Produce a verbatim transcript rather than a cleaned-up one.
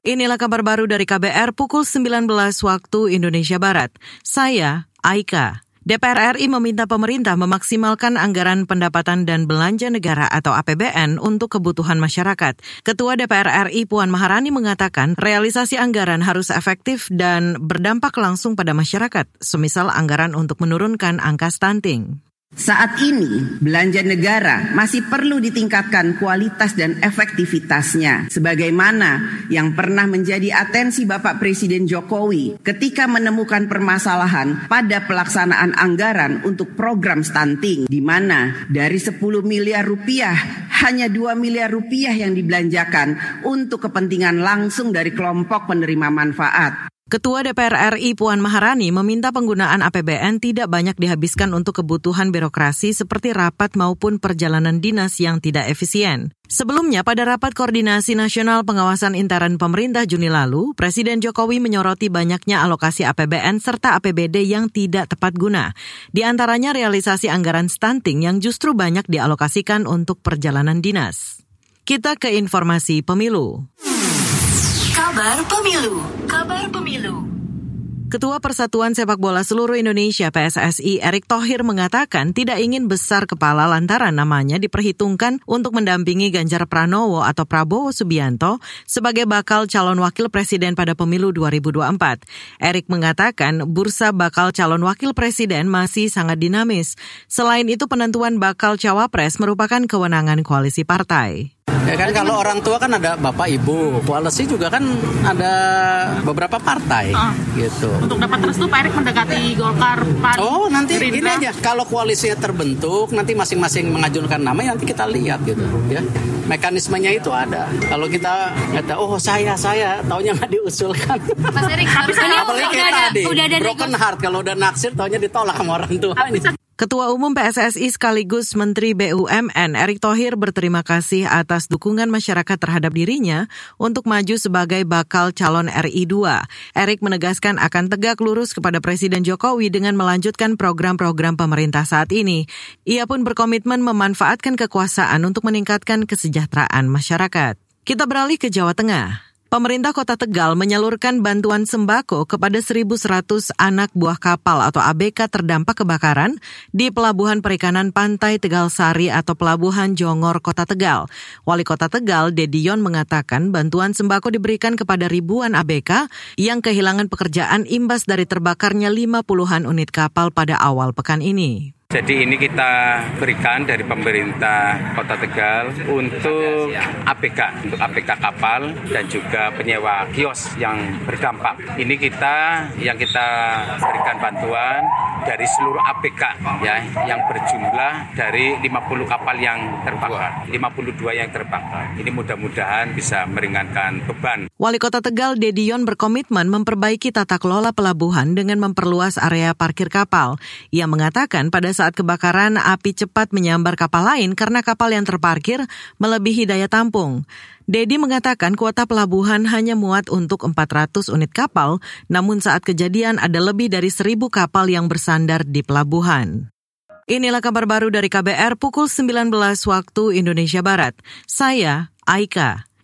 Inilah kabar baru dari K B R pukul sembilan belas waktu Indonesia Barat. Saya, Aika. D P R R I meminta pemerintah memaksimalkan anggaran pendapatan dan belanja negara atau A P B N untuk kebutuhan masyarakat. Ketua D P R R I Puan Maharani mengatakan realisasi anggaran harus efektif dan berdampak langsung pada masyarakat, semisal anggaran untuk menurunkan angka stunting. Saat ini, belanja negara masih perlu ditingkatkan kualitas dan efektivitasnya. Sebagaimana yang pernah menjadi atensi Bapak Presiden Jokowi ketika menemukan permasalahan pada pelaksanaan anggaran untuk program stunting, di mana dari sepuluh miliar rupiah, hanya dua miliar rupiah yang dibelanjakan untuk kepentingan langsung dari kelompok penerima manfaat. Ketua D P R R I Puan Maharani meminta penggunaan A P B N tidak banyak dihabiskan untuk kebutuhan birokrasi seperti rapat maupun perjalanan dinas yang tidak efisien. Sebelumnya, pada Rapat Koordinasi Nasional Pengawasan Intern Pemerintah Juni lalu, Presiden Jokowi menyoroti banyaknya alokasi A P B N serta A P B D yang tidak tepat guna. Di antaranya realisasi anggaran stunting yang justru banyak dialokasikan untuk perjalanan dinas. Kita ke informasi pemilu. Kabar Pemilu. Kabar Pemilu. Ketua Persatuan Sepak Bola Seluruh Indonesia P S S I Erick Thohir mengatakan tidak ingin besar kepala lantaran namanya diperhitungkan untuk mendampingi Ganjar Pranowo atau Prabowo Subianto sebagai bakal calon wakil presiden pada pemilu dua ribu dua puluh empat. Erick mengatakan bursa bakal calon wakil presiden masih sangat dinamis. Selain itu, penentuan bakal cawapres merupakan kewenangan koalisi partai. Ya kan, kalau orang tua kan ada bapak ibu, koalisi juga kan ada beberapa partai uh, gitu. Untuk dapat restu Pak Erick mendekati Golkar, Pan. Oh, nanti Gerindra. Ini aja, kalau koalisinya terbentuk, nanti masing-masing mengajukan nama, nanti kita lihat gitu ya. Mekanismenya itu ada. Kalau kita kata, oh saya, saya, taunya nggak diusulkan. Mas Erick, tapi apalagi kayak tadi, udah ada broken heart, kalau udah naksir, taunya ditolak sama orang tua. Ketua Umum P S S I sekaligus Menteri B U M N Erick Thohir berterima kasih atas dukungan masyarakat terhadap dirinya untuk maju sebagai bakal calon R I dua. Erick menegaskan akan tegak lurus kepada Presiden Jokowi dengan melanjutkan program-program pemerintah saat ini. Ia pun berkomitmen memanfaatkan kekuasaan untuk meningkatkan kesejahteraan masyarakat. Kita beralih ke Jawa Tengah. Pemerintah Kota Tegal menyalurkan bantuan sembako kepada seribu seratus anak buah kapal atau A B K terdampak kebakaran di Pelabuhan Perikanan Pantai Tegal Sari atau Pelabuhan Jongor, Kota Tegal. Wali Kota Tegal, Dedion, mengatakan bantuan sembako diberikan kepada ribuan A B K yang kehilangan pekerjaan imbas dari terbakarnya lima puluhan unit kapal pada awal pekan ini. Jadi ini kita berikan dari pemerintah Kota Tegal untuk A B K, untuk A B K kapal dan juga penyewa kios yang berdampak. Ini kita yang kita berikan bantuan dari seluruh A B K ya, yang berjumlah dari lima puluh kapal yang terbakar, lima puluh dua yang terbakar. Ini mudah-mudahan bisa meringankan beban. Wali Kota Tegal, Dedion, berkomitmen memperbaiki tata kelola pelabuhan dengan memperluas area parkir kapal. Ia mengatakan pada saat kebakaran, api cepat menyambar kapal lain karena kapal yang terparkir melebihi daya tampung. Dedi mengatakan kuota pelabuhan hanya muat untuk empat ratus unit kapal, namun saat kejadian ada lebih dari seribu kapal yang bersandar di pelabuhan. Inilah kabar baru dari K B R pukul sembilan belas waktu Indonesia Barat. Saya, Aika.